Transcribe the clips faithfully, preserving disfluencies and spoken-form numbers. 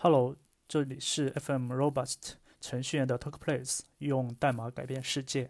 Hello，这里是 F M Robust 程序员的 Talk Place，用代码改变世界。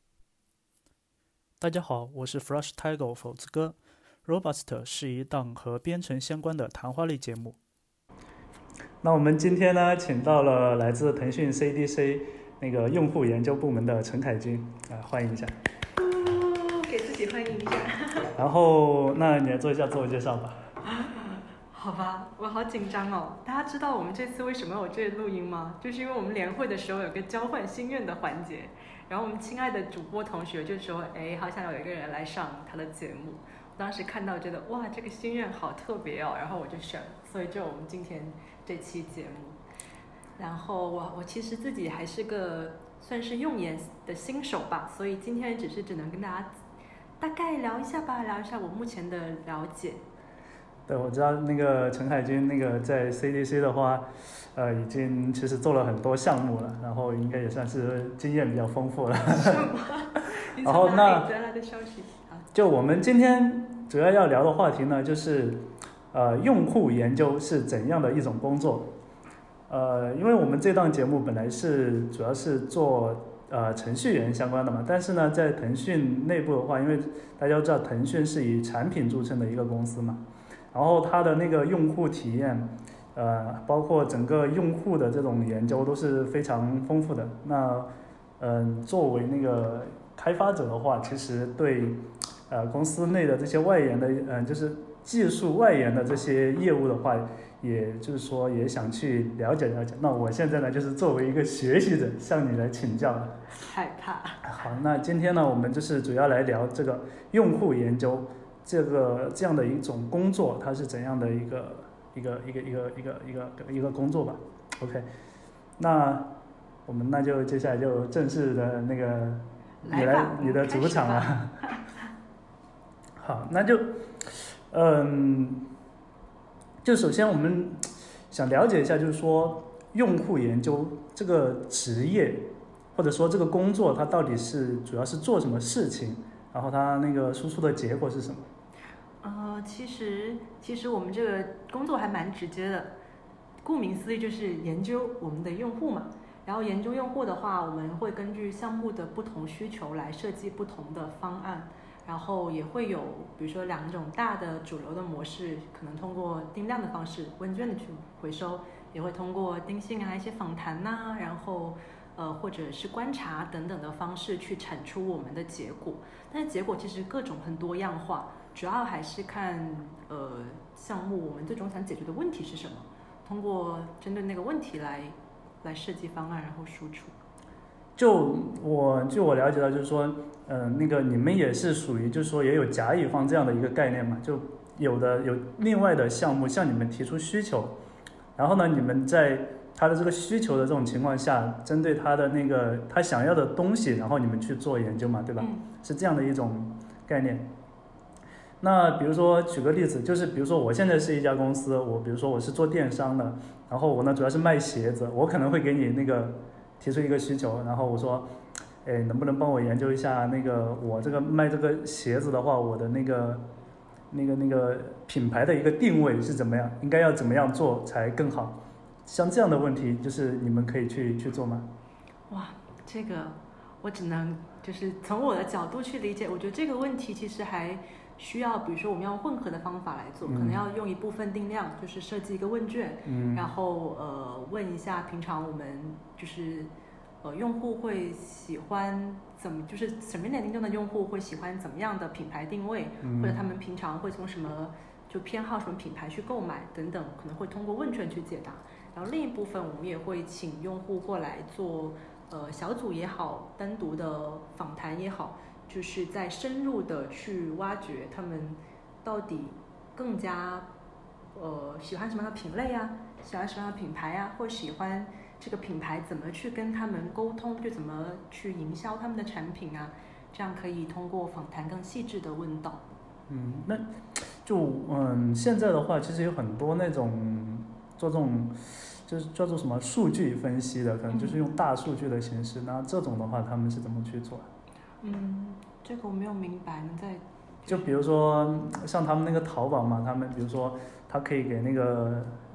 大家好，我是 Flash Tiger 否子哥。Robust 是一档和编程相关的谈话类节目。那我们今天呢，请到了来自腾讯 C D C 那个用户研究部门的陈凯军，啊，欢迎一下。 给自己欢迎一下。 然后，那你来做一下自我介绍吧。 好吧，我好紧张哦。大家知道我们这次为什么有这录音吗？就是因为我们联会的时候有个交换心愿的环节，然后我们亲爱的主播同学就说，哎，好想有一个人来上他的节目。当时看到觉得哇，这个心愿好特别哦，然后我就选，所以就我们今天这期节目。然后我我其实自己还是个算是用研的新手吧，所以今天只是只能跟大家大概聊一下吧，聊一下我目前的了解。 对，我知道那个陈海军那个在 C D C 的话，呃，已经其实做了很多项目了，然后应该也算是经验比较丰富了。 是吗？你从哪里得来的消息？ 就我们今天主要要聊的话题呢，就是呃，用户研究是怎样的一种工作？呃，因为我们这档节目本来是主要是做呃程序员相关的嘛，但是呢，在腾讯内部的话，因为大家都知道腾讯是以产品著称的一个公司嘛。然后它的那个用户体验，呃，包括整个用户的这种研究都是非常丰富的。那，嗯、呃，作为那个开发者的话，其实对，呃，公司内的这些外延的，嗯、呃，就是技术外延的这些业务的话，也就是说也想去了解了解。那我现在呢，就是作为一个学习者向你来请教。 害怕。 好，那今天呢，我们就是主要来聊这个用户研究。这个这样的一种工作，它是怎样的一个一个一个一个一个一个一个工作吧 ？OK， 那我们那就接下来就正式的那个你来你的主场了。好，那就嗯，就首先我们想了解一下，就是说用户研究这个职业或者说这个工作，它到底是主要是做什么事情，然后它那个输出的结果是什么？ 呃，其实其实我们这个工作还蛮直接的，顾名思义就是研究我们的用户嘛。然后研究用户的话，我们会根据项目的不同需求来设计不同的方案，然后也会有比如说两种大的主流的模式，可能通过定量的方式，问卷的去回收，也会通过定性啊一些访谈呐、啊，然后呃或者是观察等等的方式去产出我们的结果。但是结果其实各种很多样化。主要还是看呃项目我们最终想解决的问题是什么，通过针对那个问题来来设计方案，然后输出。 就我据我了解到，就是说，嗯、呃，那个你们也是属于，就是说也有甲乙方这样的一个概念嘛，就有的有另外的项目向你们提出需求，然后呢，你们在他的这个需求的这种情况下，针对他的那个他想要的东西，然后你们去做研究嘛，对吧？ 嗯、 是这样的一种概念。那比如说举个例子，就是比如说我现在是一家公司，我比如说我是做电商的，然后我呢主要是卖鞋子，我可能会给你那个提出一个需求，然后我说，哎，能不能帮我研究一下那个我这个卖这个鞋子的话，我的那个那个那个品牌的一个定位是怎么样，应该要怎么样做才更好？像这样的问题，就是你们可以去去做吗？ 哇，这个我只能就是从我的角度去理解，我觉得这个问题其实还需要，比如说我们要混合的方法来做，嗯、可能要用一部分定量，就是设计一个问卷， 嗯、 然后呃问一下平常我们就是呃用户会喜欢怎么，就是什么年龄段的用户会喜欢怎么样的品牌定位， 嗯、 或者他们平常会从什么就偏好什么品牌去购买等等，可能会通过问卷去解答。然后另一部分我们也会请用户过来做呃小组也好，单独的访谈也好。就是在深入的去挖掘他们到底更加呃喜欢什么样的品类啊，喜欢什么样的品牌啊，或喜欢这个品牌怎么去跟他们沟通，就怎么去营销他们的产品啊，这样可以通过访谈更细致的问到。 嗯，那就嗯现在的话，其实有很多那种做这种就是叫做什么数据分析的，可能就是用大数据的形式，那、嗯、这种的话他们是怎么去做？ 嗯，这个我没有明白，能再就比如说像他们那个淘宝嘛，他们比如说他可以给那个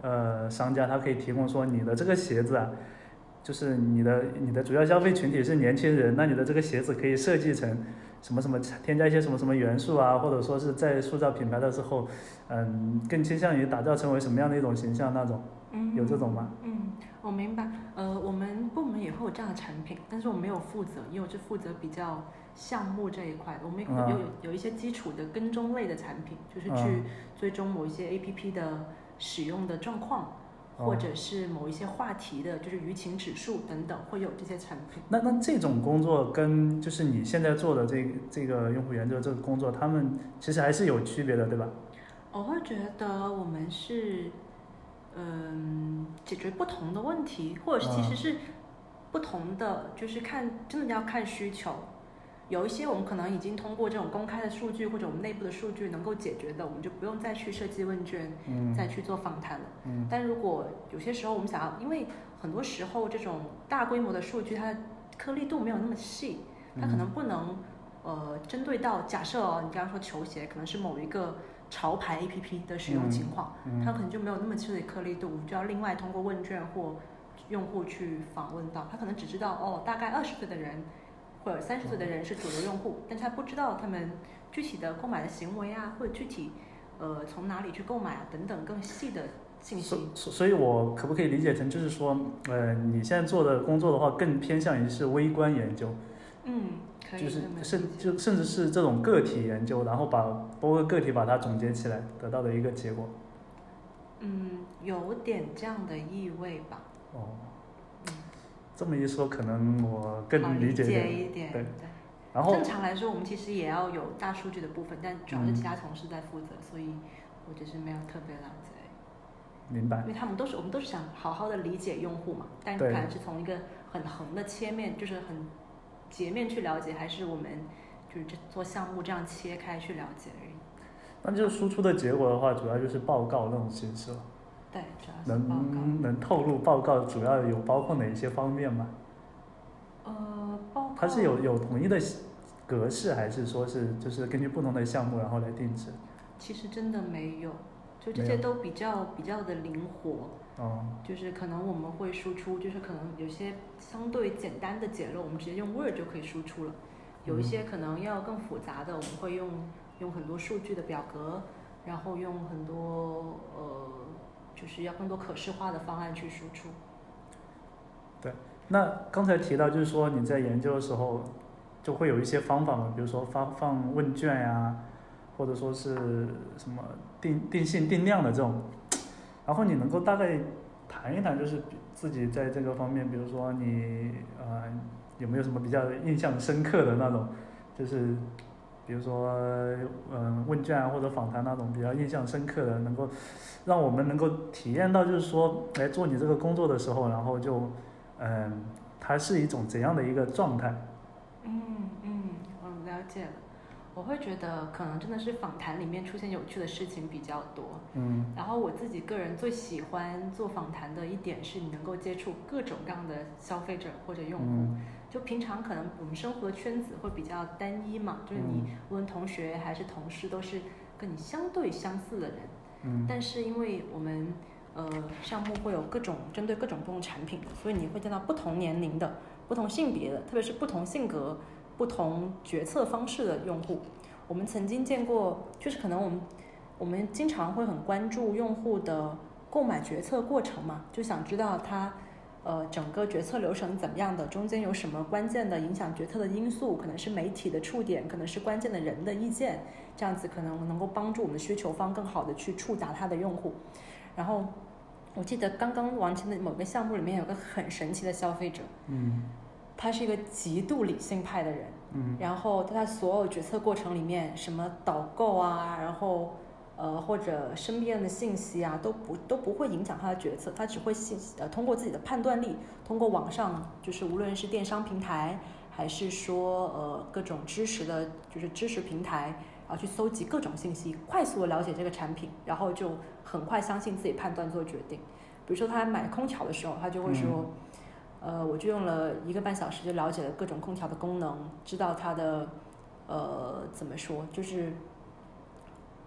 呃商家他可以提供说你的这个鞋子啊，就是你的你的主要消费群体是年轻人，那你的这个鞋子可以设计成什么什么，添加一些什么什么元素啊，或者说是在塑造品牌的时候，嗯，更倾向于打造成为什么样的一种形象那种， 嗯， 有这种吗？ 嗯，我明白。呃，我们部门也会有这样的产品，但是我没有负责，因为我是负责比较项目这一块的。我们有有有一些基础的跟踪类的产品，就是去追踪某一些 A P P 的使用的状况。或者是某一些话题的，就是舆情指数等等，会有这些产品。 那那这种工作跟就是你现在做的这个这个用户研究这个工作，他们其实还是有区别的，对吧？ 我会觉得我们是，嗯，解决不同的问题，或者是其实是不同的，就是看真的要看需求。有一些我们可能已经通过这种公开的数据或者我们内部的数据能够解决的，我们就不用再去设计问卷，嗯、再去做访谈了。嗯、但如果有些时候我们想要，因为很多时候这种大规模的数据，它的颗粒度没有那么细，它可能不能呃针对到假设哦，你刚刚说球鞋可能是某一个潮牌 A P P 的使用情况，嗯嗯、它可能就没有那么细的颗粒度，我们就要另外通过问卷或用户去访问到，他可能只知道哦，大概二十岁的人。或者三十岁的人是主流用户，但他不知道他们具体的购买的行为啊，或者具体呃从哪里去购买啊等等更细的信息。 所所以，我可不可以理解成就是说，呃，你现在做的工作的话，更偏向于是微观研究， 嗯，可以， 就是甚就甚至是这种个体研究，然后把包括个体把它总结起来得到的一个结果。 嗯，有点这样的意味吧。 哦。这么一说，可能我更理解一点。 一点对对。 然后正常来说，我们其实也要有大数据的部分，但主要是其他同事在负责，嗯、所以我只是没有特别了解。 明白。 因为他们都是我们都是想好好的理解用户嘛，但可能是从一个很横的切面，就是很截面去了解，还是我们就是做项目这样切开去了解而已。 那就输出的结果的话，主要就是报告那种形式了。 对，主要是报告。 能能透露报告主要有包括哪一些方面吗？ 呃，报告。 它是有有统一的格式，还是说是就是根据不同的项目然后来定制？ 其实真的没有，就这些都比较比较的灵活。 哦。 就是可能我们会输出，就是可能有些相对简单的解漏，我们直接用 Word 就可以输出了。有一些可能要更复杂的，我们会用用很多数据的表格，然后用很多呃。就是要更多可视化的方案去输出。 对，那刚才提到就是说你在研究的时候，就会有一些方法嘛，比如说发放问卷呀，或者说是什么定定性定量的这种，然后你能够大概谈一谈，就是自己在这个方面，比如说你呃有没有什么比较印象深刻的那种，就是比如说嗯问卷啊或者访谈那种比较印象深刻的，能够让我们能够体验到，就是说来做你这个工作的时候，然后就嗯它是一种怎样的一个状态。 嗯嗯，我了解了。我会觉得可能真的是访谈里面出现有趣的事情比较多。 嗯。 然后我自己个人最喜欢做访谈的一点是，你能够接触各种各样的消费者或者用户。嗯、就平常可能我们生活圈子会比较单一嘛，就是你无论同学还是同事都是跟你相对相似的人。嗯。但是因为我们呃项目会有各种针对各种不同产品的，所以你会见到不同年龄的、不同性别的，特别是不同性格、不同决策方式的用户。我们曾经见过，就是可能我们我们经常会很关注用户的购买决策过程嘛，就想知道他呃整个决策流程怎么样的，中间有什么关键的影响决策的因素，可能是媒体的触点，可能是关键的人的意见，这样子可能能够帮助我们的需求方更好的去触达他的用户。然后我记得刚刚完成的某个项目里面有个很神奇的消费者，嗯，他是一个极度理性派的人，嗯，然后他在所有决策过程里面，什么导购啊，然后呃或者身边的信息啊，都不都不会影响他的决策，他只会信呃通过自己的判断力，通过网上就是无论是电商平台，还是说呃各种知识的，就是知识平台，然后去搜集各种信息，快速的了解这个产品，然后就很快相信自己判断做决定。比如说他买空调的时候，他就会说，嗯、呃，我就用了一个半小时就了解了各种空调的功能，知道它的呃怎么说，就是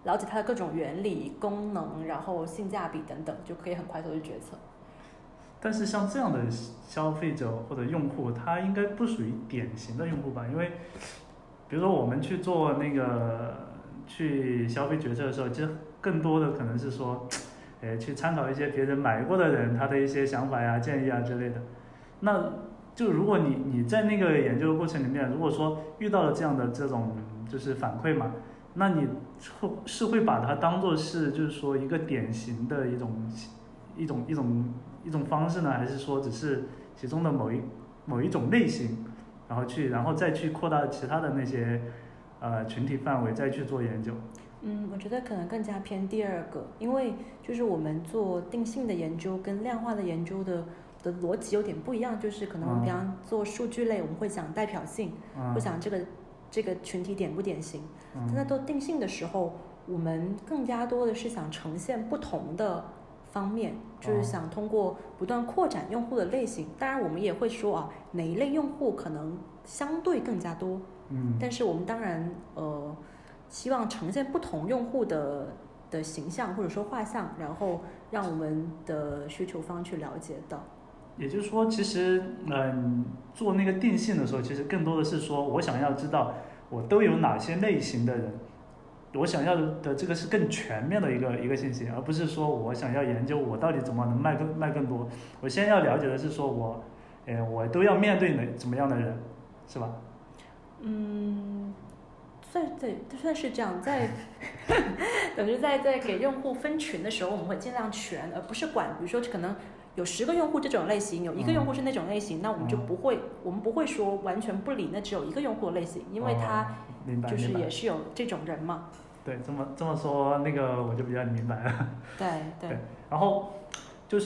了解它的各种原理、功能，然后性价比等等，就可以很快速的决策。 但是像这样的消费者或者用户，他应该不属于典型的用户吧？因为比如说我们去做那个去消费决策的时候，其实更多的可能是说，呃，去参考一些别人买过的人他的一些想法呀、建议啊之类的。那就如果你你在那个研究的过程里面，如果说遇到了这样的这种就是反馈嘛，那你会是会把它当做是就是说一个典型的一种一种一种一种方式呢，还是说只是其中的某一某一种类型，然后去然后再去扩大其他的那些呃群体范围，再去做研究？ 嗯，我觉得可能更加偏第二个，因为就是我们做定性的研究跟量化的研究的的逻辑有点不一样，就是可能我们平常做数据类，我们会讲代表性， 嗯、 会讲这个这个群体典不典型。 嗯、 但在做定性的时候，我们更加多的是想呈现不同的方面，就是想通过不断扩展用户的类型。当然，我们也会说啊，哪一类用户可能相对更加多。 嗯， 但是我们当然呃，希望呈现不同用户的的形象或者说画像，然后让我们的需求方去了解到。 也就是说，其实嗯，做那个定性的时候，其实更多的是说我想要知道我都有哪些类型的人。我想要的这个是更全面的一个一个信息，而不是说我想要研究我到底怎么能卖更卖更多。我先要了解的是说我，呃，我都要面对哪怎么样的人，是吧？ 嗯，算对，算是这样。在等于在在给用户分群的时候，我们会尽量全，而不是管，比如说可能有十个用户这种类型，有一个用户是那种类型，嗯、那我们就不会，嗯、我们不会说完全不理那只有一个用户的类型，因为他就是也是有这种人嘛。 对，这么这么说，那个我就比较明白了。 对 对, 对。 然后就是，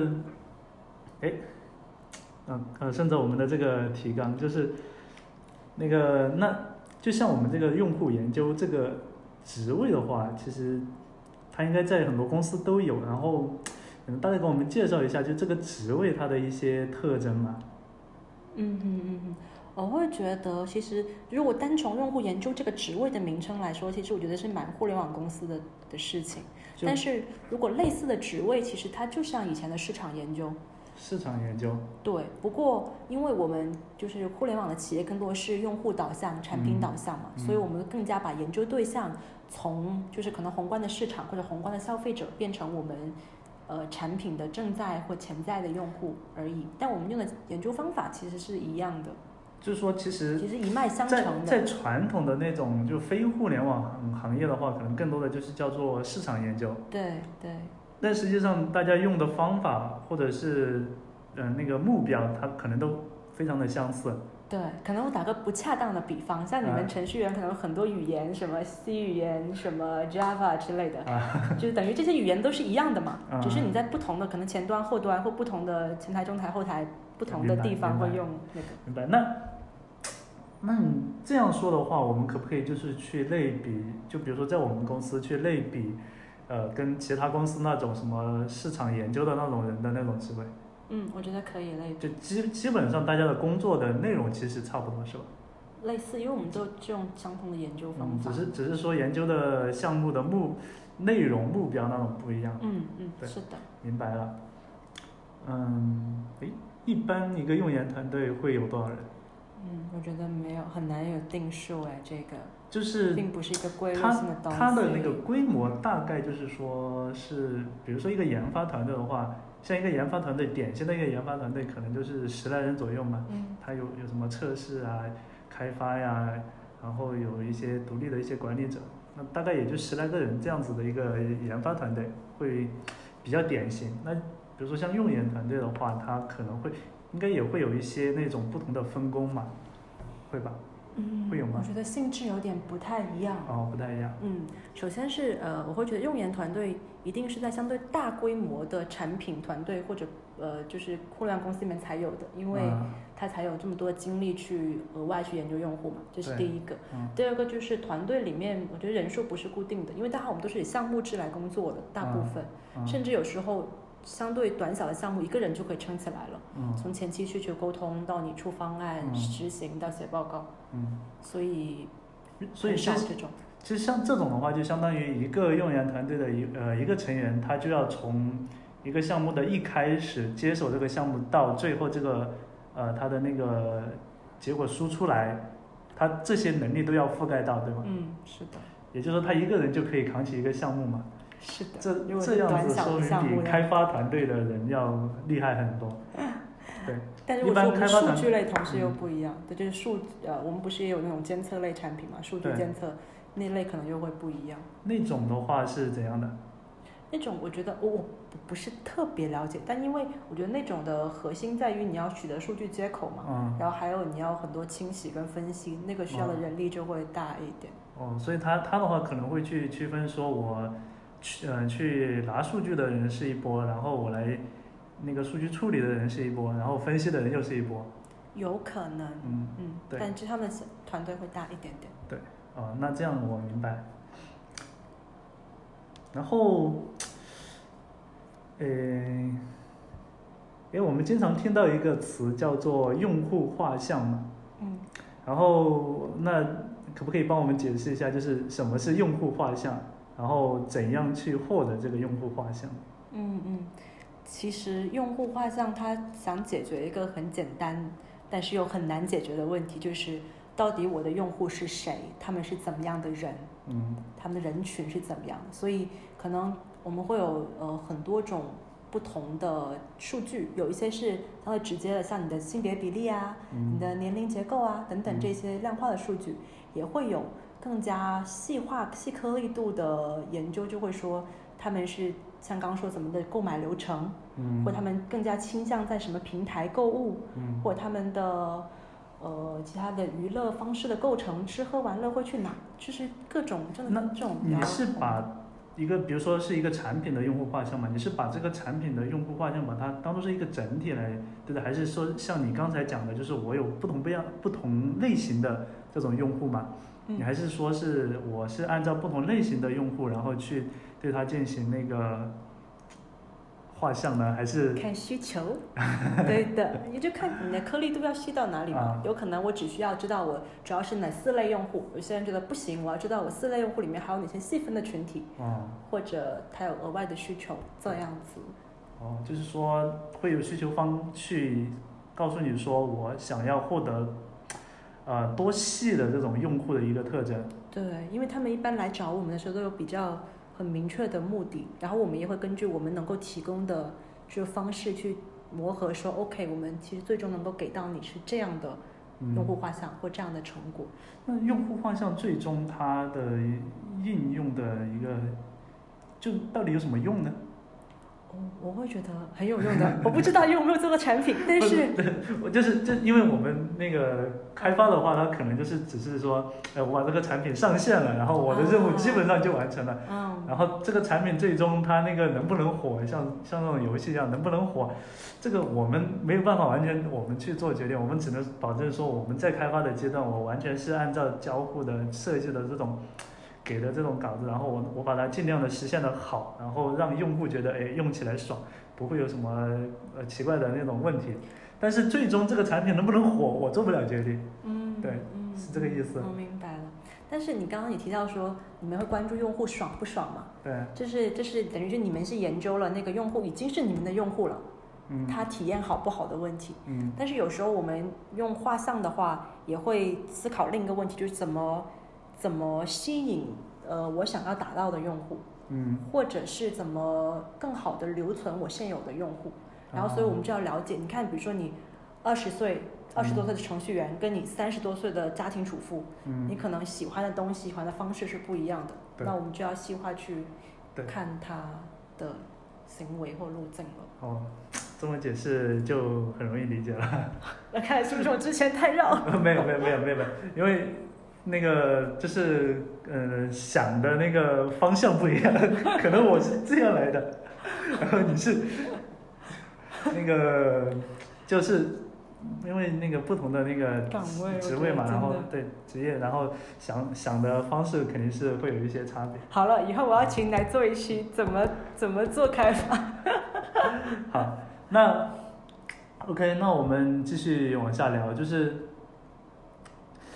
哎，嗯呃，顺着我们的这个提纲，就是那个那就像我们这个用户研究这个职位的话，其实它应该在很多公司都有。然后，嗯，大概给我们介绍一下，就这个职位它的一些特征嘛。 嗯嗯嗯嗯。我会觉得，其实如果单从用户研究这个职位的名称来说，其实我觉得是蛮互联网公司的的事情。但是如果类似的职位，其实它就像以前的市场研究。 市场研究。 对，不过因为我们就是互联网的企业更多是用户导向、产品导向嘛， 嗯嗯、 所以我们更加把研究对象从就是可能宏观的市场或者宏观的消费者变成我们呃产品的正在或潜在的用户而已。但我们用的研究方法其实是一样的。 就是说，其实其实一脉相承的。 在在传统的那种就非互联网行业的话，可能更多的就是叫做市场研究。 对对。 但实际上，大家用的方法或者是嗯、呃、那个目标，它可能都非常的相似。 对，可能我打个不恰当的比方，像你们程序员可能有很多语言，啊、什么 C 语言、什么 Java 之类的，啊、就是等于这些语言都是一样的嘛，啊、只是你在不同的可能前端、后端或不同的前台、中台、后台不同的地方会用那个。 明白。那那你这样说的话，我们可不可以就是去类比？就比如说在我们公司去类比，呃，跟其他公司那种什么市场研究的那种人的那种职位？ 嗯，我觉得可以类比。 就基基本上大家的工作的内容其实差不多，是吧？ 类似，因为我们都这种相同的研究方法。 嗯、只是只是说研究的项目的目内容目标那种不一样。 嗯嗯， 对， 是的。 明白了。嗯，诶，一般一个用研团队会有多少人？ 嗯，我觉得没有很难有定数哎，这个就是并不是一个规律性的东西。 它它的那个规模大概就是说是，比如说一个研发团队的话，像一个研发团队，典型的一个研发团队可能就是十来人左右嘛。 嗯。 它有有什么测试啊、开发呀，然后有一些独立的一些管理者，那大概也就十来个人这样子的一个研发团队会比较典型。那比如说像用研团队的话，它可能会。应该也会有一些那种不同的分工嘛，会吧？ 嗯， 会有吗？ 我觉得性质有点不太一样。 哦，不太一样。 嗯，首先是呃，我会觉得用研团队一定是在相对大规模的产品团队或者呃，就是互联网公司里面才有的，因为它才有这么多的精力去额外去研究用户嘛，这是第一个。 嗯、 第二个就是团队里面，我觉得人数不是固定的，因为大家我们都是以项目制来工作的，大部分， 嗯嗯、 甚至有时候。相对短小的项目，一个人就可以撑起来了。 嗯， 从前期需求沟通到你出方案、 嗯、 实行到写报告。 嗯， 所以， 所以少这种。 其实像这种的话，就相当于一个用研团队的一呃一个成员，他就要从一个项目的一开始接手这个项目到最后这个呃他的那个结果输出来，他这些能力都要覆盖到，对吗？ 嗯，是的。 也就是说，他一个人就可以扛起一个项目嘛。 是的。 这这样子说明比开发团队的人要厉害很多。对。 但如果说我们数据类同事又不一样，对、嗯，就是数呃，我们不是也有那种监测类产品嘛？数据监测那类可能就会不一样。 那种的话是怎样的？ 那种我觉得我、哦、不是特别了解，但因为我觉得那种的核心在于你要取得数据接口嘛， 嗯， 然后还有你要很多清洗跟分析，那个需要的人力就会大一点。 哦，所以他他的话可能会去区分说我去嗯、呃、去拿数据的人是一波，然后我来那个数据处理的人是一波，然后分析的人又是一波。 有可能， 嗯嗯， 对， 但是他们团队会大一点点。 对，哦，那这样我明白。然后，呃，因为我们经常听到一个词叫做用户画像嘛， 嗯， 然后那可不可以帮我们解释一下，就是什么是用户画像，然后怎样去获得这个用户画像？ 嗯嗯，其实用户画像它想解决一个很简单，但是又很难解决的问题，就是到底我的用户是谁，他们是怎么样的人， 嗯， 他们的人群是怎么样的，所以可能我们会有呃很多种不同的数据，有一些是它会直接的，像你的性别比例啊、 嗯、 你的年龄结构啊等等这些量化的数据，嗯、也会有更加细化、细颗粒度的研究，就会说他们是像刚刚说怎么的购买流程， 嗯， 或他们更加倾向在什么平台购物， 嗯， 或他们的呃其他的娱乐方式的构成，吃喝玩乐会去哪，就是各种真的这种。 你是把一个比如说是一个产品的用户画像嘛？你是把这个产品的用户画像把它当作是一个整体来，对的？还是说像你刚才讲的，就是我有不同不一样不同类型的这种用户嘛？ 嗯、 你还是说是我是按照不同类型的用户，然后去对它进行那个画像呢？还是看需求？对的，也就看你的颗粒度要细到哪里嘛。啊、有可能我只需要知道我主要是哪四类用户，有些人觉得不行，我要知道我四类用户里面还有哪些细分的群体， 啊、 或者他有额外的需求，这样子。 哦，就是说会有需求方去告诉你说，我想要获得呃多细的这种用户的一个特征。 对，因为他们一般来找我们的时候都有比较很明确的目的，然后我们也会根据我们能够提供的这个方式去磨合说，说 OK， 我们其实最终能够给到你是这样的用户画像、嗯、或这样的成果。 那用户画像最终它的应用的一个，就到底有什么用呢？ 我会觉得很有用的，我不知道有没有这个产品，但是我就是就因为我们那个开发的话，它可能就是只是说，哎，我把这个产品上线了，然后我的任务基本上就完成了。 嗯。 然后这个产品最终它那个能不能火，像像那种游戏一样能不能火，这个我们没有办法完全我们去做决定，我们只能保证说我们在开发的阶段，我完全是按照交互的设计的这种。给的这种稿子，然后我我把它尽量的实现的好，然后让用户觉得哎用起来爽，不会有什么呃奇怪的那种问题。但是最终这个产品能不能火，我做不了决定。 嗯， 对， 嗯， 是这个意思。 我明白了。但是你刚刚也提到说，你们会关注用户爽不爽嘛？ 对。 就是就是等于是你们是研究了那个用户已经是你们的用户了， 嗯， 他体验好不好的问题。 嗯。 但是有时候我们用画像的话，也会思考另一个问题，就是怎么。怎么吸引呃我想要达到的用户， 嗯， 或者是怎么更好的留存我现有的用户，然后所以我们就要了解，你看，比如说你二十岁、二十多岁的程序员，跟你三十多岁的家庭主妇， 嗯， 你可能喜欢的东西、喜欢的方式是不一样的，那我们就要细化去看他的行为或路径了。 哦，这么解释就很容易理解了。 那看来是不是我之前太绕？ 没有没有没有没有没有，因为。那个就是呃想的那个方向不一样，可能我是这样来的，然后你是那个就是因为那个不同的那个职位嘛，然后对职业，然后想想的方式肯定是会有一些差别。 好了，以后我要请你来做一期怎么怎么做开发。 好，那 OK， 那我们继续往下聊，就是。刚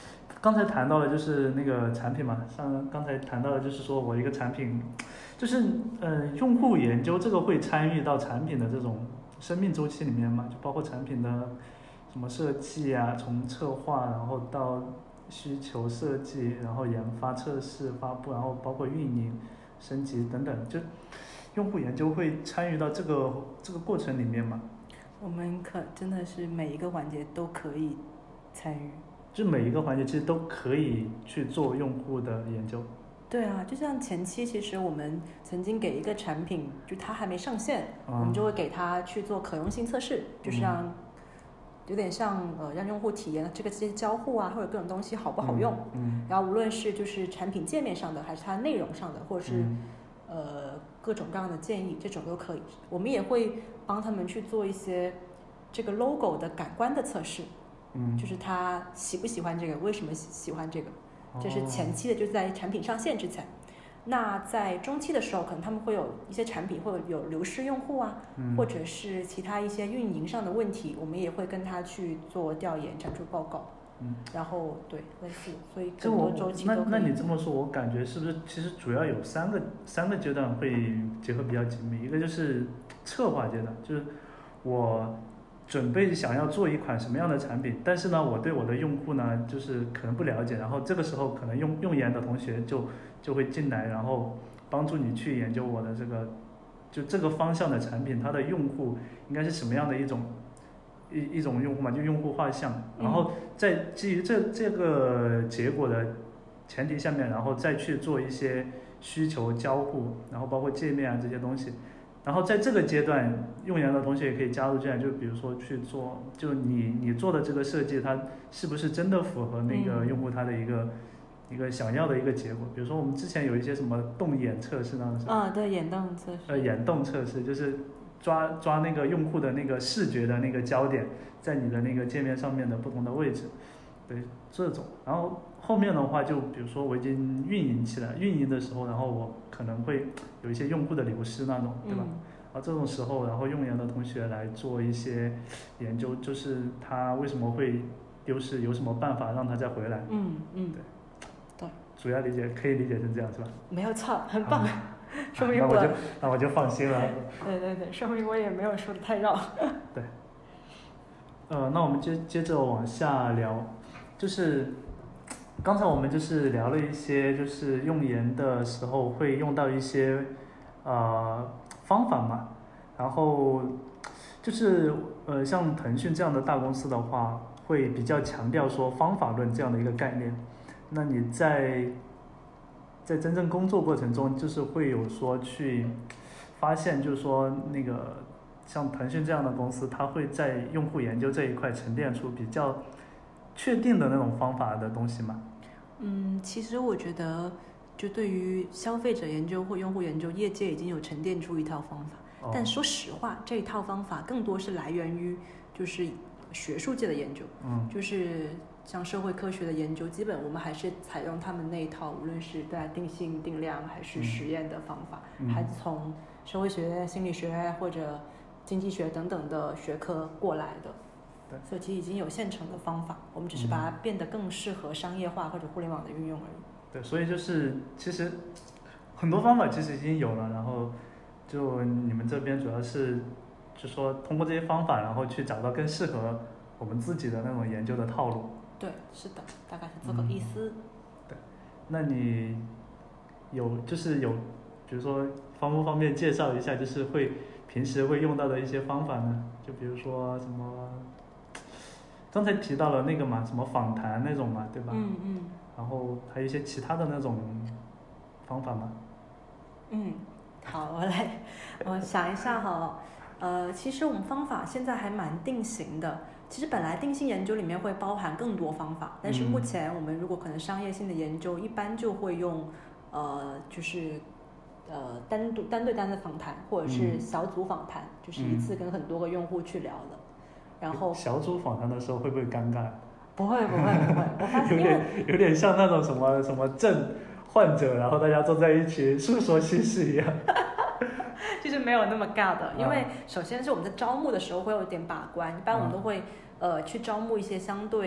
刚才谈到了就是那个产品嘛，像刚才谈到的就是说我一个产品，就是呃用户研究这个会参与到产品的这种生命周期里面嘛，就包括产品的什么设计啊，从策划然后到需求设计，然后研发、测试、发布，然后包括运营、升级等等，就用户研究会参与到这个这个过程里面嘛。 我们可真的是每一个环节都可以参与， 就每一个环节其实都可以去做用户的研究。 对啊，就像前期其实我们曾经给一个产品，就它还没上线， 嗯、 我们就会给它去做可用性测试，就是让、嗯、有点像呃让用户体验这个这些交互啊或者各种东西好不好用。 嗯嗯、 然后无论是就是产品界面上的，还是它内容上的，或者是、 嗯、 呃各种各样的建议，这种都可以。我们也会帮他们去做一些这个 logo 的感官的测试。 嗯， 就是他喜不喜欢这个，为什么喜欢这个，这是前期的，就是在产品上线之前。那在中期的时候，可能他们会有一些产品会有流失用户啊、嗯，或者是其他一些运营上的问题，我们也会跟他去做调研，产出报告。嗯，然后对类似，所以更多周期都可以。 那那你这么说，我感觉是不是其实主要有三个三个阶段会结合比较紧密？一个就是策划阶段，就是我准备想要做一款什么样的产品，但是呢，我对我的用户呢，就是可能不了解，然后这个时候可能用用研的同学就就会进来，然后帮助你去研究我的这个就这个方向的产品，它的用户应该是什么样的一种一一种用户嘛，就用户画像，然后在基于这这个结果的前提下面，然后再去做一些需求交互，然后包括界面啊这些东西。然后在这个阶段，用研的同学也可以加入进来，就比如说去做，就你你做的这个设计，它是不是真的符合那个用户他的一个、嗯、一个想要的一个结果？比如说我们之前有一些什么动眼测试那种。 啊，对，眼动测试。 呃，眼动测试就是抓抓那个用户的那个视觉的那个焦点，在你的那个界面上面的不同的位置，对这种。然后后面的话，就比如说我已经运营起来，运营的时候，然后我可能会有一些用户的流失那种，对吧？嗯、然后这种时候，然后用研的同学来做一些研究，就是他为什么会丢失，有什么办法让他再回来？ 嗯嗯， 对对， 主要理解可以理解成这样是吧？ 没有错，很棒，啊、说明我、啊、那我就那我就放心了。 对对对，说明我也没有说的太绕。 对，呃，那我们接接着往下聊，就是刚才我们就是聊了一些，就是用研的时候会用到一些呃方法嘛，然后就是呃像腾讯这样的大公司的话，会比较强调说方法论这样的一个概念。那你在在真正工作过程中，就是会有说去发现，就是说那个像腾讯这样的公司，它会在用户研究这一块沉淀出比较确定的那种方法的东西吗？ 嗯，其实我觉得，就对于消费者研究或用户研究，业界已经有沉淀出一套方法。哦、但说实话，这一套方法更多是来源于就是学术界的研究，嗯，就是像社会科学的研究，基本我们还是采用他们那一套，无论是在定性、定量还是实验的方法，嗯、还是从社会学、心理学或者经济学等等的学科过来的。 对， 所以其实已经有现成的方法，我们只是把它变得更适合商业化或者互联网的运用而已。 对，所以就是其实很多方法其实已经有了，然后就你们这边主要是就说通过这些方法，然后去找到更适合我们自己的那种研究的套路。 对，是的，大概是这个意思。 嗯、对，那你有就是有，比如说方不方便介绍一下，就是会平时会用到的一些方法呢？就比如说什么？刚才提到了那个嘛，什么访谈那种嘛，对吧？ 嗯嗯。 然后还有一些其他的那种方法吗？ 嗯，好，我来，我想一下哈，呃，其实我们方法现在还蛮定型的。其实本来定性研究里面会包含更多方法，但是目前我们如果可能商业性的研究，一般就会用，呃，就是呃单独单对单的访谈，或者是小组访谈，嗯、就是一次跟很多个用户去聊的。然后小组访谈的时候会不会尴尬？ 不会不会不会，我发现有点有点像那种什么什么症患者，然后大家坐在一起诉说心事一样。 就是没有那么尬的，因为首先是我们在招募的时候会有点把关，一般我们都会、嗯、呃去招募一些相对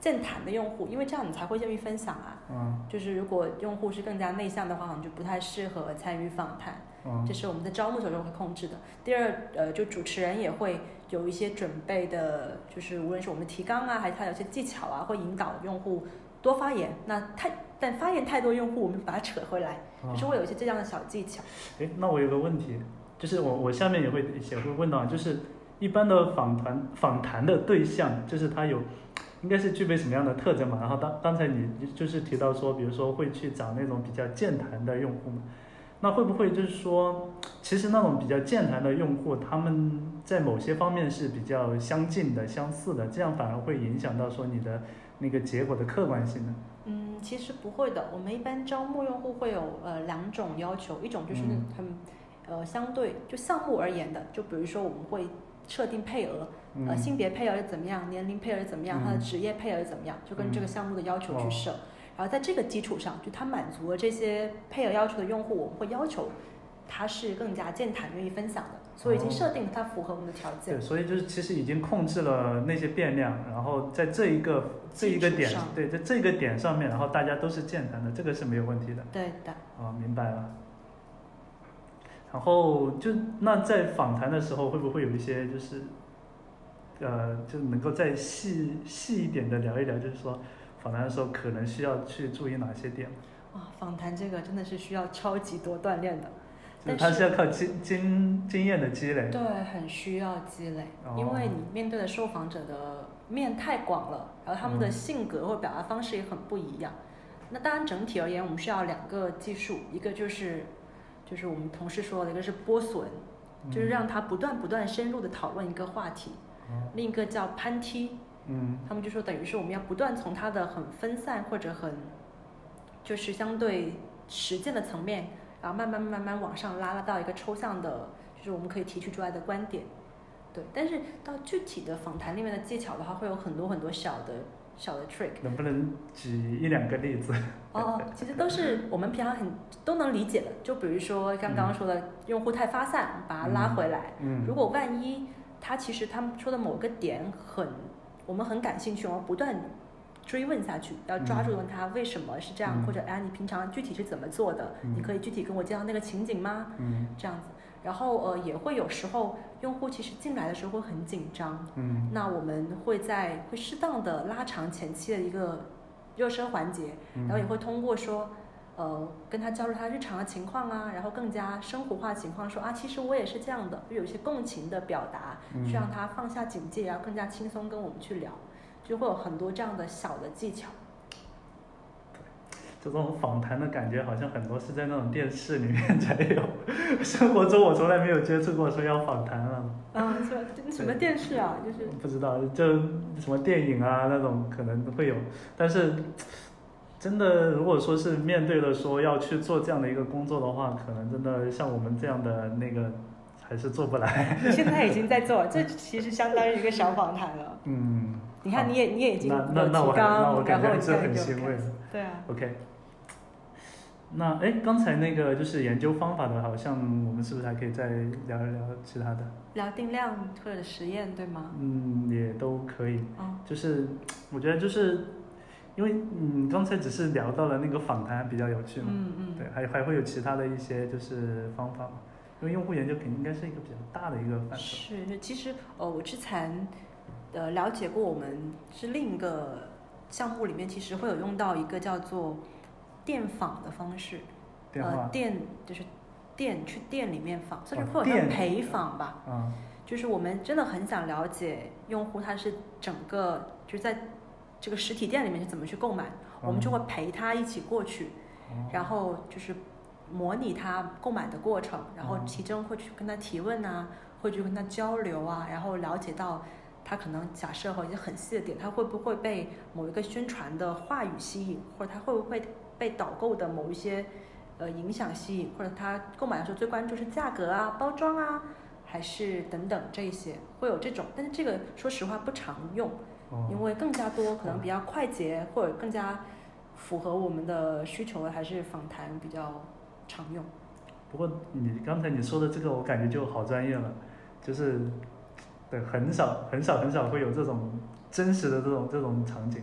健谈的用户，因为这样你才会愿意分享啊。 嗯， 就是如果用户是更加内向的话，可能就不太适合参与访谈。 嗯， 这是我们在招募的时候会控制的。第二，呃，就主持人也会有一些准备的，就是无论是我们的提纲啊，还是他有些技巧啊，会引导用户多发言。那太但发言太多用户，我们把它扯回来，就是会有一些这样的小技巧。 哎、那我有个问题，就是我我下面也会也会问到，就是一般的访谈访谈的对象，就是他有应该是具备什么样的特征嘛？然后当刚才你就是提到说，比如说会去找那种比较健谈的用户嘛，那会不会就是说，其实那种比较健谈的用户，他们在某些方面是比较相近的、相似的，这样反而会影响到说你的那个结果的客观性呢？ 嗯，其实不会的。我们一般招募用户会有呃两种要求，一种就是很、嗯、呃相对就项目而言的，就比如说我们会设定配额， 嗯、 呃性别配额是怎么样，年龄配额是怎么样， 嗯、 他的职业配额是怎么样，就跟这个项目的要求去设。嗯哦、然后在这个基础上，就他满足了这些配额要求的用户，我们会要求他是更加健谈、愿意分享的。所以已经设定它符合我们的条件。 对，所以就是其实已经控制了那些变量，然后在这一个这一个点，对，在这个点上面，然后大家都是健谈的，这个是没有问题的。 对的。 啊，明白了。然后就那在访谈的时候，会不会有一些就是，呃，就能够再细细一点的聊一聊，就是说访谈的时候可能需要去注意哪些点？ 哇，访谈这个真的是需要超级多锻炼的。 它是要靠经经经验的积累， 对，很需要积累，哦、因为你面对的受访者的面太广了，然后他们的性格或表达方式也很不一样。嗯、那当然整体而言，我们需要两个技术，一个就是就是我们同事说的，一个是剥笋，嗯、就是让他不断不断深入的讨论一个话题，嗯、另一个叫攀梯，嗯，他们就说等于是我们要不断从他的很分散或者很就是相对实践的层面。然后慢慢慢慢往上拉，拉到一个抽象的，就是我们可以提取出来的观点，对。但是到具体的访谈里面的技巧的话，会有很多很多小的小的 trick。 能不能举一两个例子？ 哦，其实都是我们平常很都能理解的。就比如说刚刚说的，嗯、用户太发散，把它拉回来。嗯。如果万一他其实他们说的某个点很，我们很感兴趣，我们不断追问下去，要抓住问他为什么是这样，嗯、或者哎，你平常具体是怎么做的？嗯、你可以具体跟我介绍那个情景吗？嗯，这样子。然后呃，也会有时候用户其实进来的时候会很紧张，嗯，那我们会在会适当的拉长前期的一个热身环节，嗯、然后也会通过说呃跟他交流他日常的情况啊，然后更加生活化情况说啊，其实我也是这样的，就有一些共情的表达，嗯、去让他放下警戒，然后更加轻松跟我们去聊。就会有很多这样的小的技巧。 这种访谈的感觉好像很多是在那种电视里面才有，生活中我从来没有接触过说要访谈了。 啊，什么什么电视啊？就是不知道，就什么电影啊那种可能会有，但是真的如果说是面对了说要去做这样的一个工作的话，可能真的像我们这样的那个还是做不来。 你现在已经在做，这其实相当于一个小访谈了。嗯。你看，你也你也已经有提纲， 那我那我感觉还是很欣慰的。 对啊。 OK。那哎，刚才那个就是研究方法的，好像我们是不是还可以再聊一聊其他的？ 聊定量或者实验，对吗？ 嗯，也都可以。 哦。 就是我觉得就是因为嗯刚才只是聊到了那个访谈比较有趣嘛， 嗯嗯。 对，还还会有其他的一些就是方法嘛？因为用户研究肯定应该是一个比较大的一个范畴。 是是，其实呃我之前。呃，了解过我们是另一个项目里面，其实会有用到一个叫做电访的方式， 电呃，店就是店去店里面访，甚至会有像陪访吧， 嗯， 就是我们真的很想了解用户他是整个就是在这个实体店里面是怎么去购买，嗯、我们就会陪他一起过去，嗯、然后就是模拟他购买的过程，然后其中会去跟他提问啊，会去跟他交流啊，然后了解到。他可能假设和一些很细的点，他会不会被某一个宣传的话语吸引，或者他会不会被导购的某一些呃影响吸引，或者他购买的时候最关注是价格啊、包装啊，还是等等这一些会有这种，但是这个说实话不常用， 哦、 因为更加多可能比较快捷、哦、或者更加符合我们的需求的还是访谈比较常用。 不过你刚才你说的这个，我感觉就好专业了，就是。对，很少很少很少会有这种真实的这种这种场景，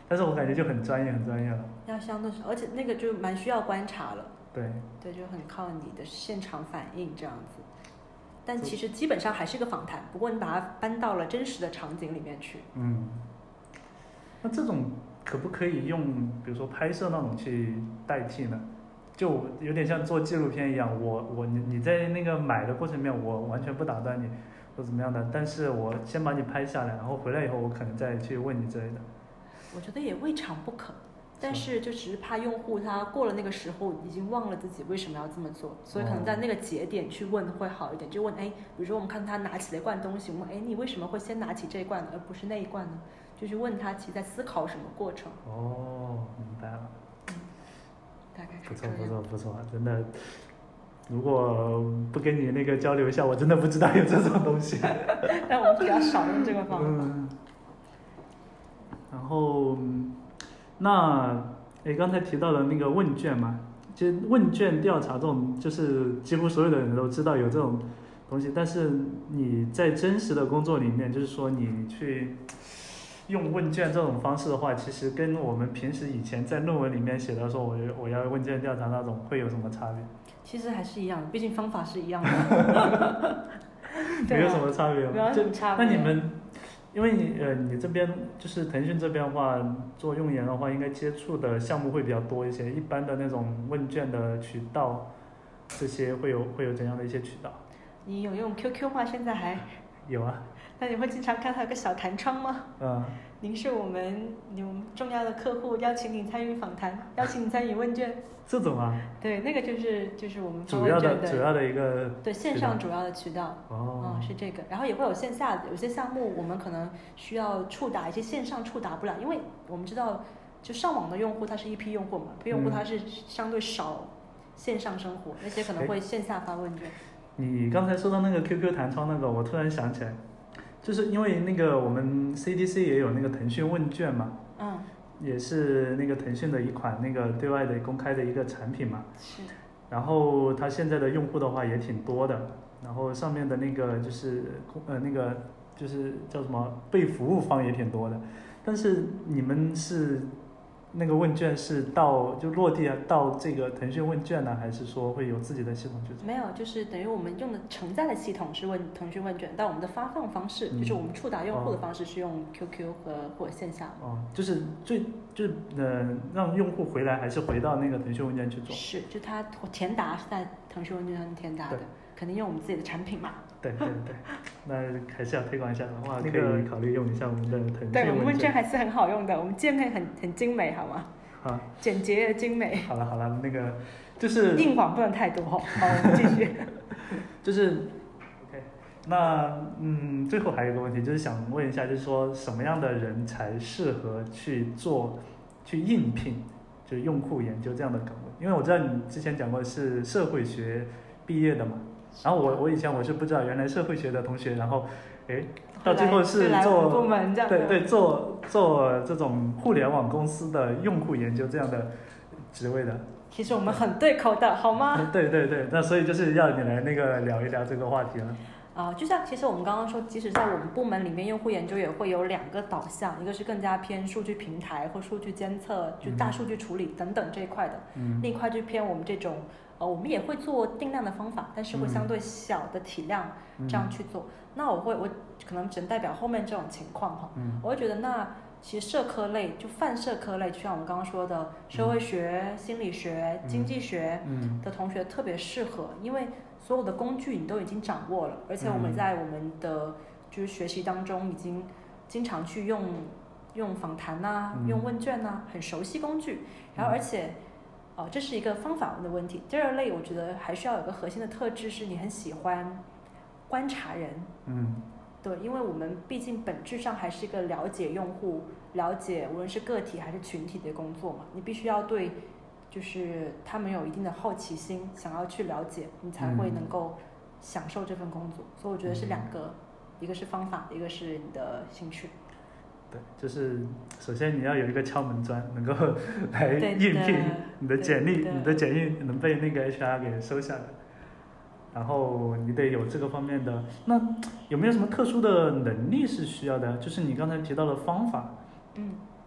但是我感觉就很专业很专业了。 要相对，而且那个就蛮需要观察了。 对对，就很靠你的现场反应这样子。但其实基本上还是一个访谈，不过你把它搬到了真实的场景里面去。 嗯，那这种可不可以用比如说拍摄那种去代替呢？就有点像做纪录片一样，我我你你在那个买的过程里面，我完全不打断你或怎么样的，但是我先把你拍下来，然后回来以后我可能再去问你之类的。 我觉得也未尝不可，但是就只是怕用户他过了那个时候已经忘了自己为什么要这么做，所以可能在那个节点去问会好一点。就问，哎，比如说我们看他拿起了一罐东西，我们问，哎，你为什么会先拿起这一罐而不是那一罐呢？就去问他其实在思考什么过程。 哦，明白了。 嗯，大概是不错这样。 不错不错，真的。如果不跟你那个交流一下，我真的不知道有这种东西。 但我们比较少用这个方法。 嗯。然后，那诶，刚才提到的那个问卷嘛，其实问卷调查这种，就是几乎所有的人都知道有这种东西，但是你在真实的工作里面，就是说你去用问卷这种方式的话，其实跟我们平时以前在论文里面写的说我我要问卷调查那种会有什么差别？ 其实还是一样的，毕竟方法是一样的。 没有什么差别吗？ 没有什么差别。 那你们，因为你呃你这边就是腾讯这边的话，做用研的话，应该接触的项目会比较多一些。一般的那种问卷的渠道，这些会有会有怎样的一些渠道？ 你有用 Q Q 吗？现在还有啊。 那你会经常看到有个小弹窗吗？ 嗯。 您是我们你们重要的客户，邀请你参与访谈，邀请你参与问卷。 这种啊？ 对，那个就是就是我们主要的主要的一个对线上主要的渠道。 哦。 嗯，是这个，然后也会有线下的，有些项目我们可能需要触达一些线上触达不了，因为我们知道就上网的用户他是一批用户嘛，一批用户他是相对少线上生活，那些可能会线下发问卷。 你刚才说到那个 Q Q 弹窗那个，我突然想起来，就是因为那个我们 C D C 也有那个腾讯问卷嘛， 嗯， 也是那个腾讯的一款那个对外的公开的一个产品嘛。 是。 然后它现在的用户的话也挺多的，然后上面的那个就是呃那个就是叫什么被服务方也挺多的，但是你们是那个问卷是到就落地到这个腾讯问卷呢，还是说会有自己的系统去做？ 没有，就是等于我们用的承载的系统是问腾讯问卷，但我们的发放方式、嗯、就是我们触达用户的方式是用 Q Q 和、嗯、或者线下。 哦，就是最就是呃让用户回来还是回到那个腾讯问卷去做？ 是，就他填答是在腾讯问卷上填答的，肯定用我们自己的产品嘛。 对对对，那还是要推广一下的话，那个可以考虑用一下我们的腾讯问卷。 对，我们问卷还是很好用的，我们界面很很精美，好吗？ 好， 简洁精美。 好了好了，那个就是硬广不能太多。好，我们继续。 就是 ，OK， 那嗯，最后还有一个问题，就是想问一下，就是说什么样的人才适合去做去应聘，就是用户研究这样的岗位？因为我知道你之前讲过是社会学毕业的嘛。然后我我以前我是不知道，原来社会学的同学，然后，哎，到最后是做部门这样对对做做这种互联网公司的用户研究这样的职位的。 其实我们很对口的，好吗？ 对对对，那所以就是要你来那个聊一聊这个话题了。 啊、呃，就像其实我们刚刚说，即使在我们部门里面，用户研究也会有两个导向，一个是更加偏数据平台或数据监测，就大数据处理等等这一块的，嗯，另一块就偏我们这种。呃，我们也会做定量的方法，但是会相对小的体量这样去做。嗯、那我会，我可能只能代表后面这种情况哈。嗯、我会觉得，那其实社科类就泛社科类，就像我们刚刚说的社会学、嗯、心理学、经济学的同学特别适合，嗯、因为所有的工具你都已经掌握了，而且我们在我们的就是学习当中已经经常去用用访谈呐、嗯、用问卷呐，很熟悉工具，然后而且。哦，这是一个方法论的问题。第二类，我觉得还需要有个核心的特质，是你很喜欢观察人。嗯，对，因为我们毕竟本质上还是一个了解用户、了解无论是个体还是群体的工作嘛。你必须要对，就是他们有一定的好奇心，想要去了解，你才会能够享受这份工作。嗯、所以我觉得是两个，一个是方法，一个是你的兴趣。 对，就是首先你要有一个敲门砖，能够来应聘你的简历，你的简历能被那个 H R 给收下来，然后你得有这个方面的。那有没有什么特殊的能力是需要的？就是你刚才提到的方法， 嗯，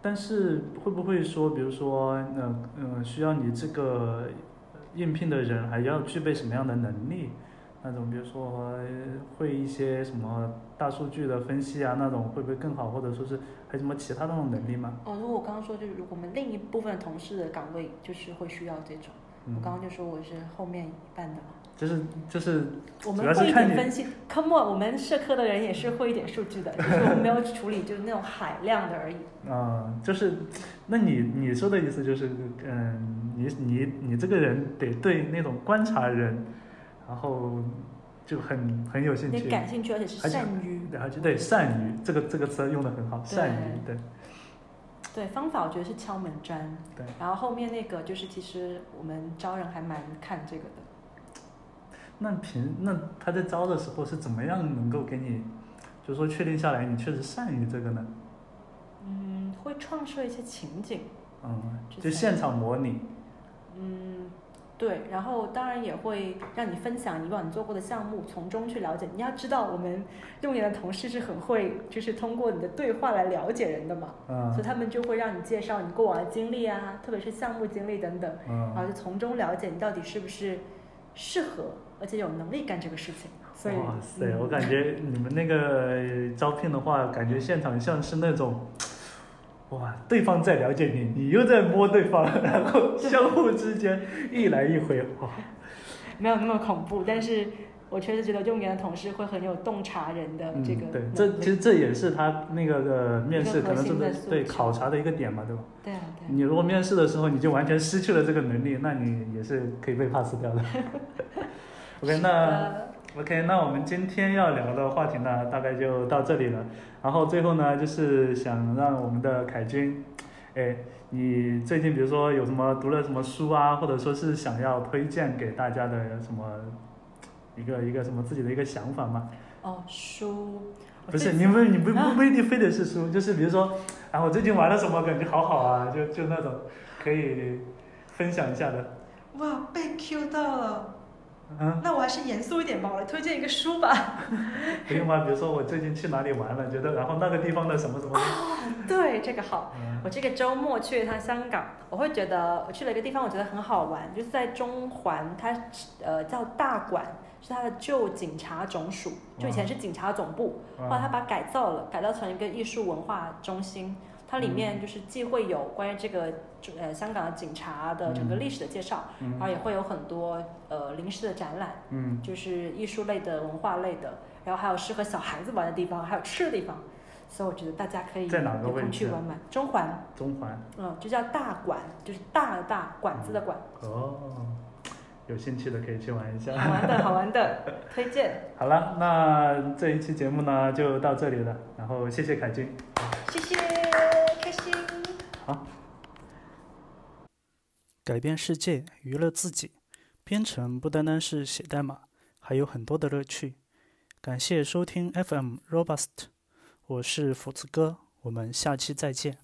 但是会不会说，比如说，呃呃，需要你这个应聘的人还要具备什么样的能力？那种比如说会一些什么大数据的分析啊，那种会不会更好？或者说是还有什么其他那种能力吗？ 哦，如果我刚刚说就是我们另一部分同事的岗位就是会需要这种， 嗯、 我刚刚就说我是后面一半的嘛。 就是就是我们会一点分析 ，come on， 我们社科的人也是会一点数据的，只是我们没有处理就是那种海量的而已。 啊、嗯，就是，那你你说的意思就是，嗯，你你你这个人得对那种观察人，然后就很很有兴趣， 你感兴趣，而且是善于， 而且对善于这个这个词用的很好，善于对。 对，方法我觉得是敲门砖， 对， 然后后面那个就是其实我们招人还蛮看这个的。 那凭那他在招的时候是怎么样能够给你，就是说确定下来你确实善于这个呢？ 嗯，会创设一些情景， 嗯，就现场模拟。 嗯，对，然后当然也会让你分享以往你做过的项目，从中去了解。你要知道，我们用研的同事是很会，就是通过你的对话来了解人的嘛。嗯。所以他们就会让你介绍你过往的经历啊，特别是项目经历等等。嗯。然后就从中了解你到底是不是适合，而且有能力干这个事情。所以哇塞，嗯、我感觉你们那个招聘的话，感觉现场像是那种。哇，对方在了解你，你又在摸对方，然后相互之间一来一回，哇， 没有那么恐怖，但是我确实觉得用研的同事会很有洞察人的这个、 嗯。对，这其实这也是他那个的面试可能是对考察的一个点嘛，对吧？ 对啊，对啊。 你如果面试的时候你就完全失去了这个能力，那你也是可以被 pass 掉的。OK， 那。OK， 那我们今天要聊的话题呢，大概就到这里了。然后最后呢，就是想让我们的凯君，哎，你最近比如说有什么读了什么书啊，或者说是想要推荐给大家的什么一个一个什么自己的一个想法吗？ 哦，书不是，你们你不不不一定非得是书，就是比如说，啊，我最近玩了什么，感觉好好啊，就就那种可以分享一下的。 哇，被 Q 到了。嗯，那我还是严肃一点吧，我来推荐一个书吧。 不用吧，比如说我最近去哪里玩了，觉得然后那个地方的什么什么。 哦，对，这个好。嗯、我这个周末去了一趟香港，我会觉得我去了一个地方，我觉得很好玩，就是在中环，它呃叫大馆，是它的旧警察总署，就以前是警察总部，后来它把它改造了，改造成一个艺术文化中心。它里面就是既会有关于这个呃香港的警察的整个历史的介绍，嗯、然后也会有很多呃临时的展览，嗯，就是艺术类的、文化类的，然后还有适合小孩子玩的地方，还有吃的地方，所以我觉得大家可以有空去玩玩。中环。 中环。 嗯，就叫大馆，就是大的大馆子的馆。 哦，有兴趣的可以去玩一下。 好玩的，好玩的，推荐。 好了，那这一期节目呢就到这里了，然后谢谢凯君。 谢谢。 好，改变世界，娱乐自己。编程不单单是写代码，还有很多的乐趣。感谢收听 F M Robust， 我是福子哥，我们下期再见。